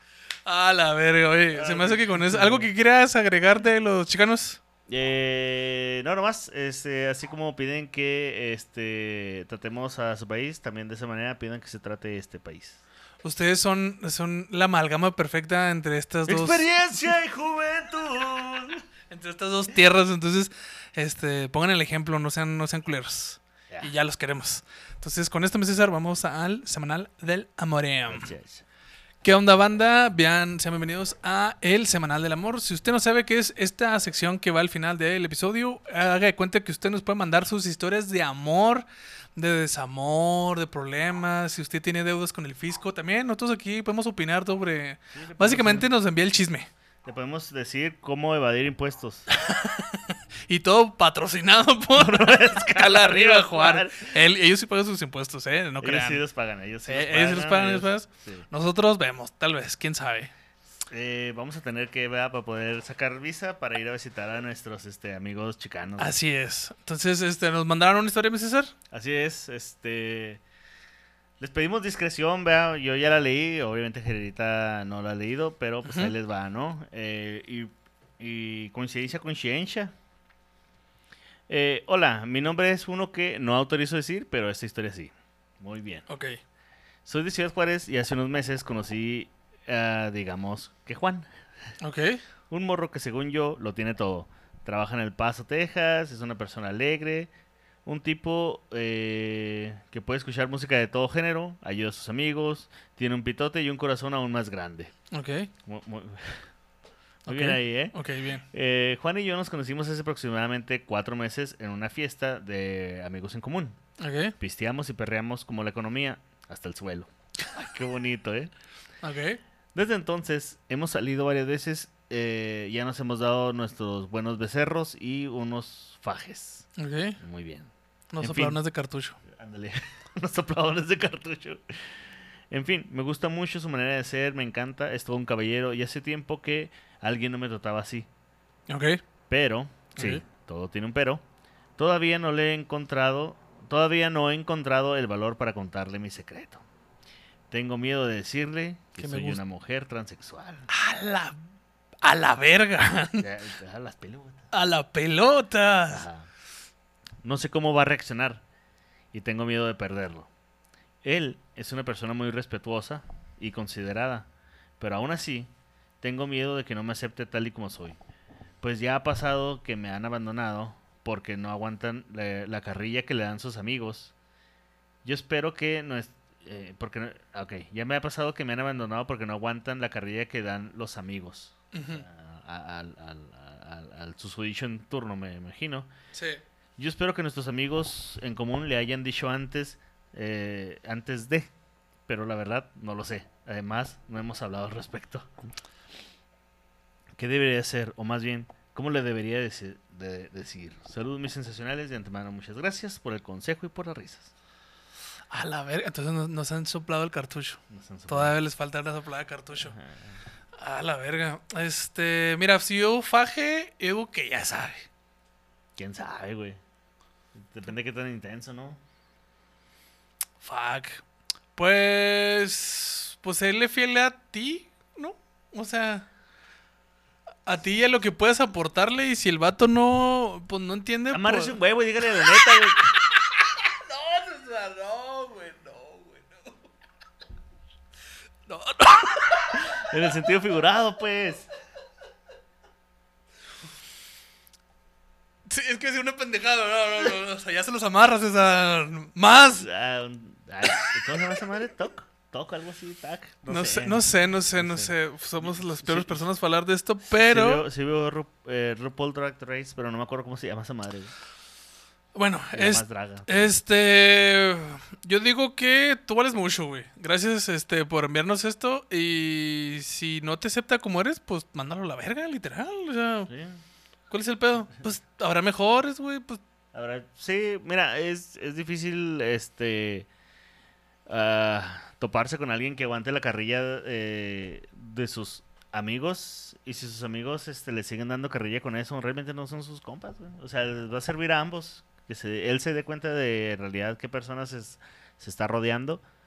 A la verga, oye. Se me hace que con eso. ¿Algo que quieras agregar de los chicanos? Eh, no, nomás, este, así como piden que este tratemos a su país, también de esa manera pidan que se trate este país. Ustedes son, son la amalgama perfecta entre estas dos. Experiencia y juventud. Entre estas dos tierras. Entonces, este, pongan el ejemplo, no sean, no sean culeros. Ya. Y ya los queremos. Entonces, con esto, mi César, vamos al semanal del amoreo. Gracias. ¿Qué onda, banda? Vean, sean bienvenidos a el Semanal del Amor. Si usted no sabe qué es esta sección que va al final del episodio, haga de cuenta que usted nos puede mandar sus historias de amor, de desamor, de problemas. Si usted tiene deudas con el fisco, también nosotros aquí podemos opinar sobre... Sí, le podemos- Básicamente nos envía el chisme. Le podemos decir cómo evadir impuestos. Y todo patrocinado por Escala Arriba, Juan. Él- ellos sí pagan sus impuestos, ¿eh? No Ellos crean. sí los pagan, ellos sí Eh, los ellos sí los pagan, ellos ellos- pagan. sí. Nosotros vemos, tal vez, quién sabe. Eh, vamos a tener que ver para poder sacar visa para ir a visitar a nuestros este, amigos chicanos. Así es. Entonces, este, nos mandaron una historia, mi César. Así es, este... Les pedimos discreción, vea, yo ya la leí, obviamente Gerita no la ha leído, pero pues Ujú. ahí les va, ¿no? Eh, y, y coincidencia, coincidencia. Eh, hola, mi nombre es uno que no autorizo decir, pero esta historia sí. Muy bien. Ok. Soy de Ciudad Juárez y hace unos meses conocí, a, digamos, que Juan. Ok. Un morro que según yo lo tiene todo. Trabaja en El Paso, Texas, es una persona alegre, un tipo eh, que puede escuchar música de todo género, ayuda a sus amigos, tiene un pitote y un corazón aún más grande. Ok. Muy, muy- muy Ok. bien ahí, ¿eh? Ok, bien. Eh, Juan y yo nos conocimos hace aproximadamente cuatro meses en una fiesta de amigos en común. Ok. Pisteamos y perreamos como la economía hasta el suelo. Ay, qué bonito, ¿eh? Ok. Desde entonces hemos salido varias veces, eh, ya nos hemos dado nuestros buenos becerros y unos fajes. Ok. Muy bien. Nos En soplaron fin. de cartucho. Ándale, unos sopladores de cartucho. En fin, me gusta mucho su manera de ser, me encanta, es todo un caballero y hace tiempo que alguien no me trataba así. Ok. Pero, sí, Ok. todo tiene un pero. Todavía no le he encontrado, todavía no he encontrado el valor para contarle mi secreto. Tengo miedo de decirle que Que me soy gusta. una mujer transexual. A la... A la verga. Ya, ya las pelotas. A la pelota. Ajá. No sé cómo va a reaccionar y tengo miedo de perderlo. Él es una persona muy respetuosa y considerada, pero aún así tengo miedo de que no me acepte tal y como soy. Pues ya ha pasado que me han abandonado porque no aguantan la, la carrilla que le dan sus amigos. Yo espero que no es... eh, porque no- ok, ya me ha pasado que me han abandonado porque no aguantan la carrilla que dan los amigos. Ujú. A- Al, al, al, al susodicho en turno, me imagino. Sí. Yo espero que nuestros amigos en común le hayan dicho antes, eh, antes de, pero la verdad no lo sé. Además, no hemos hablado al respecto. ¿Qué debería hacer? O más bien, ¿cómo le debería deci- de- decir? Saludos mis sensacionales, de antemano muchas gracias por el consejo y por las risas. A la verga. Entonces nos, nos han soplado el cartucho. Nos han Todavía les falta la soplada de cartucho. Ajá. A la verga. Este... Mira, si yo faje, yo digo que ya sabe. ¿Quién sabe, güey? Depende de qué tan intenso, ¿no? Fuck. Pues... Pues él es fiel a ti, ¿no? O sea... A ti y a lo que puedas aportarle. Y si el vato no... Pues no entiende... Amárrese pues... un huevo y dígale la neta, güey. No, César, no, güey, no, güey, no. No, En el sentido figurado, pues. sí, es que es una pendejada, no, no, no, no, o sea, ya se los amarras, César. Más. Ah, un- ay, ¿Cómo se llama esa madre? ¿Toc? ¿Toc? Algo así, tac. No sé, no sé, no sé, No no sé. sé. Somos las Sí, peores sí. personas para hablar de esto, Sí pero... veo, sí veo Ru, eh, RuPaul Drag Race, pero no me acuerdo cómo se llama esa madre. güey. Bueno, Se llama es, más draga. este... Yo digo que tú vales mucho, güey. Gracias, este, por enviarnos esto. Y si no te acepta como eres, pues mándalo a la verga, literal. O sea, Sí. ¿cuál es el pedo? Pues habrá mejores, güey, pues... Ahora, sí, mira, es, es difícil este ah, toparse con alguien que aguante la carrilla eh, de sus amigos. Y si sus amigos este, le siguen dando carrilla con eso, realmente no son sus compas, güey. O sea, les va a servir a ambos. Que se, él se dé cuenta de en realidad qué personas es- se está rodeando.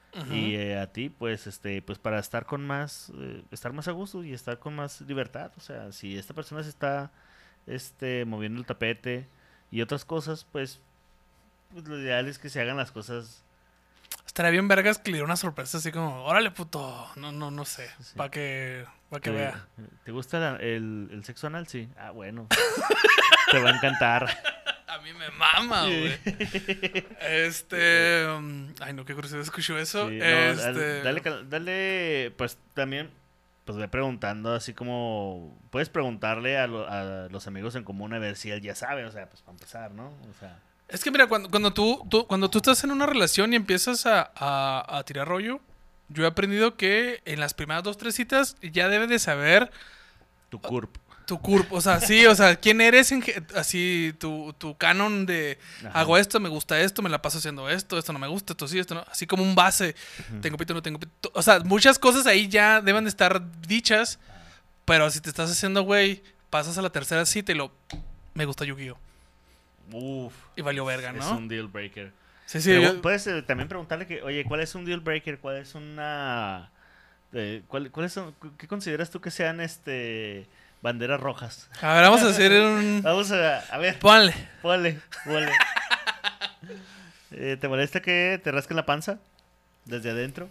Ujú. Y eh, a ti, pues, este, pues para estar con más, eh, estar más a gusto y estar con más libertad. O sea, si esta persona se está, este, moviendo el tapete y otras cosas, pues, pues lo ideal es que se hagan las cosas. Estaría bien vergas que le diera una sorpresa así como, órale, puto. No, no, no sé. Sí. Para que, para que ¿Te, vea. ¿te gusta la- el, el sexo anal? Sí. Ah, bueno. Te va a encantar. A mí me mama, güey. Este. um, ay, no, qué curiosidad escucho eso. Sí, no, este. dale, dale, cal- dale, pues también, pues ve preguntando así como, puedes preguntarle a, lo- a los amigos en común a ver si él ya sabe, o sea, pues para empezar, ¿no? O sea, Es que mira, cuando, cuando, tú, tú- cuando tú estás en una relación y empiezas a, a- a tirar rollo, yo he aprendido que en las primeras dos, tres citas ya debes de saber tu curp. tu curp. O sea, sí, o sea, quién eres, en ge- así, tu, tu canon de Ajá. hago esto, me gusta esto, me la paso haciendo esto, esto no me gusta, esto sí, esto no. Así como un base. Ujú. Tengo pito, no tengo pito. O sea, muchas cosas ahí ya deben de estar dichas, pero si te estás haciendo, güey, pasas a la tercera cita y lo... Me gusta Yu-Gi-Oh! Uf. Y valió verga, Es ¿no? un deal breaker. Sí, sí, Pregu- yo- Puedes eh, también preguntarle que, oye, ¿cuál es un deal breaker? ¿Cuál es una... eh, ¿cuál- ¿Cuáles son, cu- qué consideras tú que sean, este, banderas rojas? A ver, vamos a hacer un... Vamos a, a ver, Ponle. ponle, ponle. Eh, ¿Te molesta que te rasquen la panza? Desde adentro.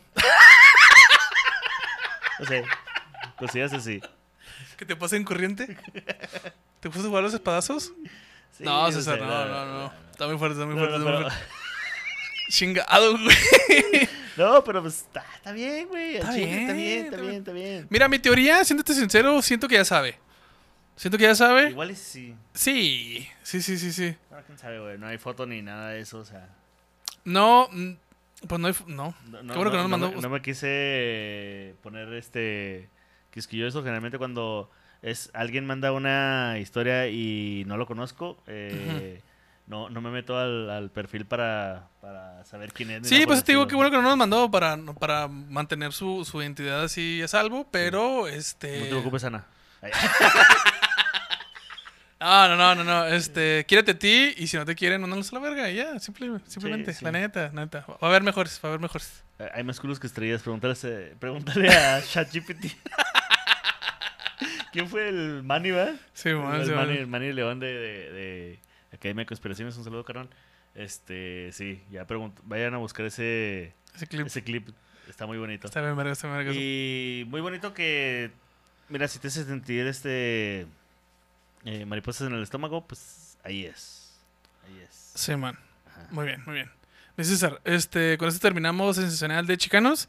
O sea, cosillas así. ¿Que te pasen corriente? ¿Te gusta jugar los espadazos? Sí, no, o César, sea, no, no, no. Está muy fuerte, está muy No, fuerte, no, está muy pero, fuerte. Chingado, güey. no, pero pues está, está bien, güey. al Está chile, bien, está bien, está está bien, está bien. Mira, mi teoría, siéntate sincero, siento que ya sabe. Siento que ya sabe. Igual y sí. Sí, sí, sí, sí, sí. Bueno, quién sabe, güey. No hay foto ni nada de eso, o sea. No, mm, pues no hay... No. No, Qué bueno que no nos no mandó- me, no me quise poner este quisquilloso. Generalmente cuando es alguien manda una historia y no lo conozco, eh, no, no me meto al, al perfil para, para saber quién es. ni Sí, nada por pues el te digo estilo. que bueno que no nos mandó para, para mantener su, su identidad así a salvo, pero este... No te preocupes, Ana. Ay, No, no, no, no, no. Este, quiérete a ti y si no te quieren, mándalos a la verga y ya, simple- simplemente. sí. La neta, la neta. Va a haber mejores, va a haber mejores. hay más culos que estrellas. Pregúntale, a ese- pregúntale a ChatGPT. ¿Quién fue el Manny, va? Sí, El, man, el sí, Manny, man. el Manny León de, de, de Academia de Conspiraciones. Un saludo, carnal. Este, sí, ya pregunt vayan a buscar ese, Ese clip ese clip. Está muy bonito. está bien verga, está bien verga. Y muy bonito que, mira, si te hace sentir este eh, mariposas en el estómago, pues ahí es. Ahí es. Sí, man. Ajá. Muy bien, muy bien. Mi César, este, con esto terminamos Sensacional de Chicanos.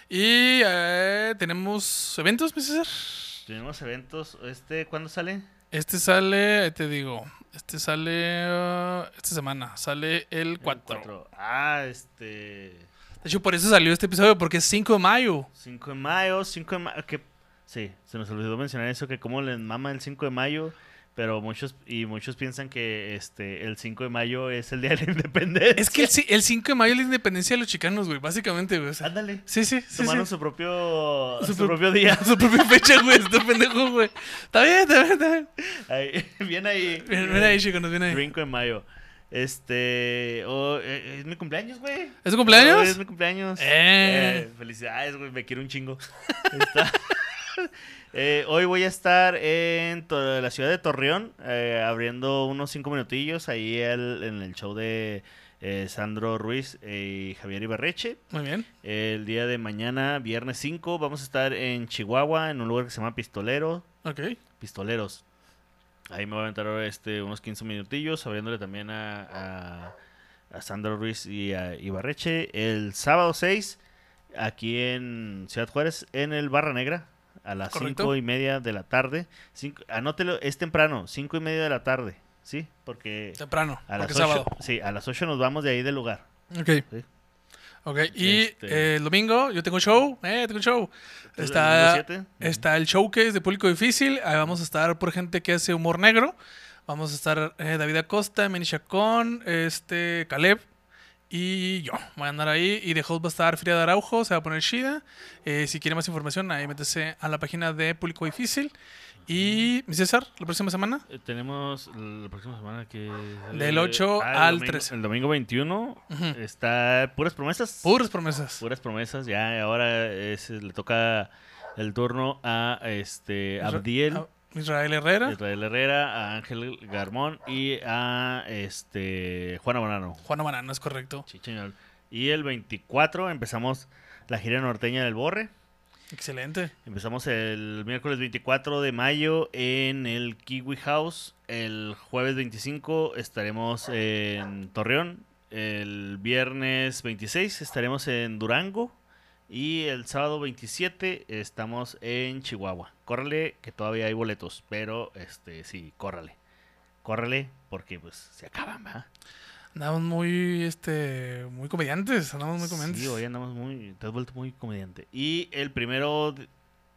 Y eh, tenemos eventos, mi César. Tenemos eventos. Este, ¿cuándo sale? Este sale, ahí te digo, este sale uh, esta semana, sale el El cuatro. cuatro. Ah, este. De hecho, por eso salió este episodio, porque es cinco de mayo. cinco de mayo, cinco de mayo. Que, sí, se nos olvidó mencionar eso, que como les mama el cinco de mayo. Pero muchos, y muchos piensan que este el cinco de mayo es el día de la independencia. Es que el, ci- el cinco de mayo es la independencia de los chicanos, güey, básicamente, güey. O sea, Ándale. sí, sí, sí. Tomaron sí. su propio, Su su, pro- propio día. Su propia fecha, güey, este pendejo, güey. Está bien, está bien, está bien. Ahí, bien ahí. Ven, ven ahí, chicanos, ven ahí. cinco de mayo. Este. oh, eh, es mi cumpleaños, güey. ¿Es tu cumpleaños? Oh, es mi cumpleaños. Eh. Eh, felicidades, güey. Me quiero un chingo. Está. Eh, hoy voy a estar en to- la ciudad de Torreón, eh, abriendo unos cinco minutillos ahí el- en el show de eh, Sandro Ruiz y Javier Ibarreche. Muy bien. El día de mañana, viernes cinco, vamos a estar en Chihuahua, en un lugar que se llama Pistolero. Ok. Pistoleros. Ahí me voy a aventar este, unos quince minutillos, abriéndole también a, a, a Sandro Ruiz y a Ibarreche. El sábado seis, aquí en Ciudad Juárez, en el Barra Negra, a las Correcto. cinco y media de la tarde. Cinco, anótelo, es temprano, cinco y media de la tarde, ¿sí? Porque Temprano, a porque las es ocho, sábado. sí, a las ocho nos vamos de ahí del lugar. Ok. Sí. Ok, y Este- eh, el domingo yo tengo show, eh, tengo show. ¿El Está, domingo siete? está el showcase de Público Difícil, ahí vamos a estar por gente que hace humor negro. Vamos a estar eh, David Acosta, Meni Chacón, este, Caleb y yo. Voy a andar ahí y de host va a estar Frida de Araujo, se va a poner chida. Eh, si quiere más información, ahí métese a la página de Público Difícil. Y, mi César, la próxima semana. Eh, tenemos la próxima semana que... Del ocho ah, el al domingo, trece. El domingo veintiuno Ujú. está Puras Promesas. Puras promesas. Puras Promesas, ya. Ahora es, le toca el turno a este Abdiel. A Israel Herrera. Israel Herrera, a Ángel Garmón y a este Juana Banano. Juana Banano, es correcto. Sí, señor. Y el veinticuatro empezamos la gira norteña del Borre. Excelente. Empezamos el miércoles veinticuatro de mayo en el Kiwi House. El jueves veinticinco estaremos en Torreón. El viernes veintiséis estaremos en Durango. Y el sábado veintisiete estamos en Chihuahua. Córrele, que todavía hay boletos. Pero, este, sí, córrale. Córrele, porque pues se acaban, ¿verdad? Andamos muy, este, muy comediantes. Andamos muy comediantes. Sí, hoy andamos muy... Te has vuelto muy comediante. Y el primero... de-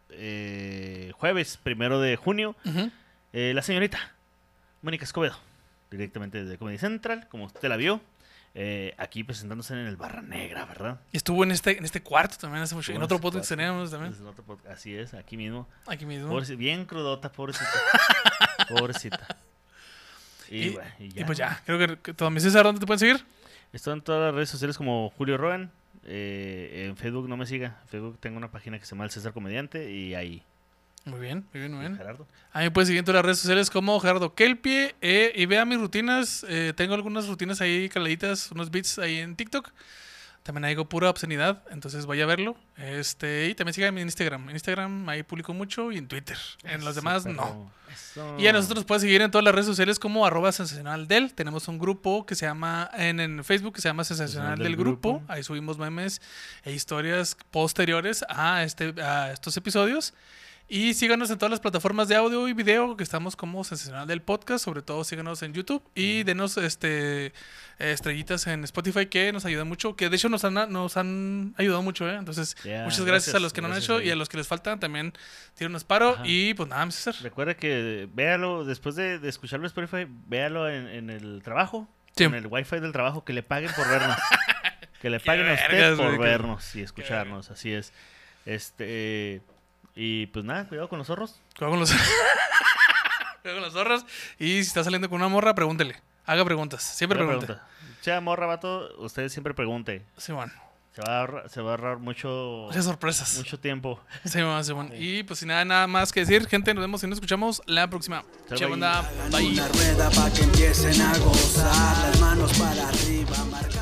eh, jueves, primero de junio, Ujú. eh, la señorita Mónica Escobedo. Directamente desde Comedy Central, como usted la vio. eh, aquí presentándose en el Barra Negra, ¿verdad? Y estuvo en este, en este cuarto también hace mucho. En Estuvo otro este podcast cuarto, teníamos también. en otro pod- Así es, aquí mismo. Aquí mismo. Pobreci- bien crudota, pobrecita. Pobrecita. Y, Y, bueno, y y ya. pues ya, creo que, que todo. Mi César, ¿dónde te pueden seguir? Estoy en todas las redes sociales como Julio Roan. Eh, en Facebook no me siga. En Facebook tengo una página que se llama El César Comediante y ahí. Muy bien, muy bien, muy bien. Gerardo. A mí me pueden seguir en todas las redes sociales como Gerardo Kelpie. Eh, y vea mis rutinas. Eh, tengo algunas rutinas ahí caladitas, unos beats ahí en TikTok. También hago pura obscenidad, entonces vaya a verlo. Este, y también síganme en Instagram. En Instagram ahí publico mucho y en Twitter. En los Eso, demás, perro. no. Eso. Y a nosotros nos pueden seguir en todas las redes sociales como arroba sensacional del. Tenemos un grupo que se llama, en, en Facebook, que se llama Sensacional del, Del grupo. Grupo. Ahí subimos memes e historias posteriores a, este, a estos episodios. Y síganos en todas las plataformas de audio y video que estamos como Sensacional del Podcast. Sobre todo síganos en YouTube y denos este estrellitas en Spotify que nos ayudan mucho. Que de hecho nos han, nos han ayudado mucho, ¿eh? Entonces, Yeah, muchas gracias, gracias, a los que no han gracias, hecho amigo. y a los que les faltan también tírenos paro. Ajá. Y pues nada, mi César. Recuerda que véalo, después de, de escucharlo en Spotify, véalo en, en el trabajo. Sí. Con el wifi del trabajo, que le paguen por vernos. Que le Qué paguen a usted vergas, por güey, qué- vernos y escucharnos. Así es. Este. Y pues nada, cuidado con los zorros. Cuidado con los... Cuidado con los zorros. Y si está saliendo con una morra, pregúntele. Haga preguntas. Siempre Una pregunte. pregunta. Sea morra, vato, usted siempre pregunte. Simón. Se va a ahorrar, se va a ahorrar mucho, Muchas sorpresas. mucho tiempo. Simón, Simón. Y pues sin nada, nada más que decir, gente, nos vemos y nos escuchamos la próxima. Chao, Chao, bye. banda. Hagan Bye. una rueda pa' que empiecen a gozar. Las manos para arriba, marca.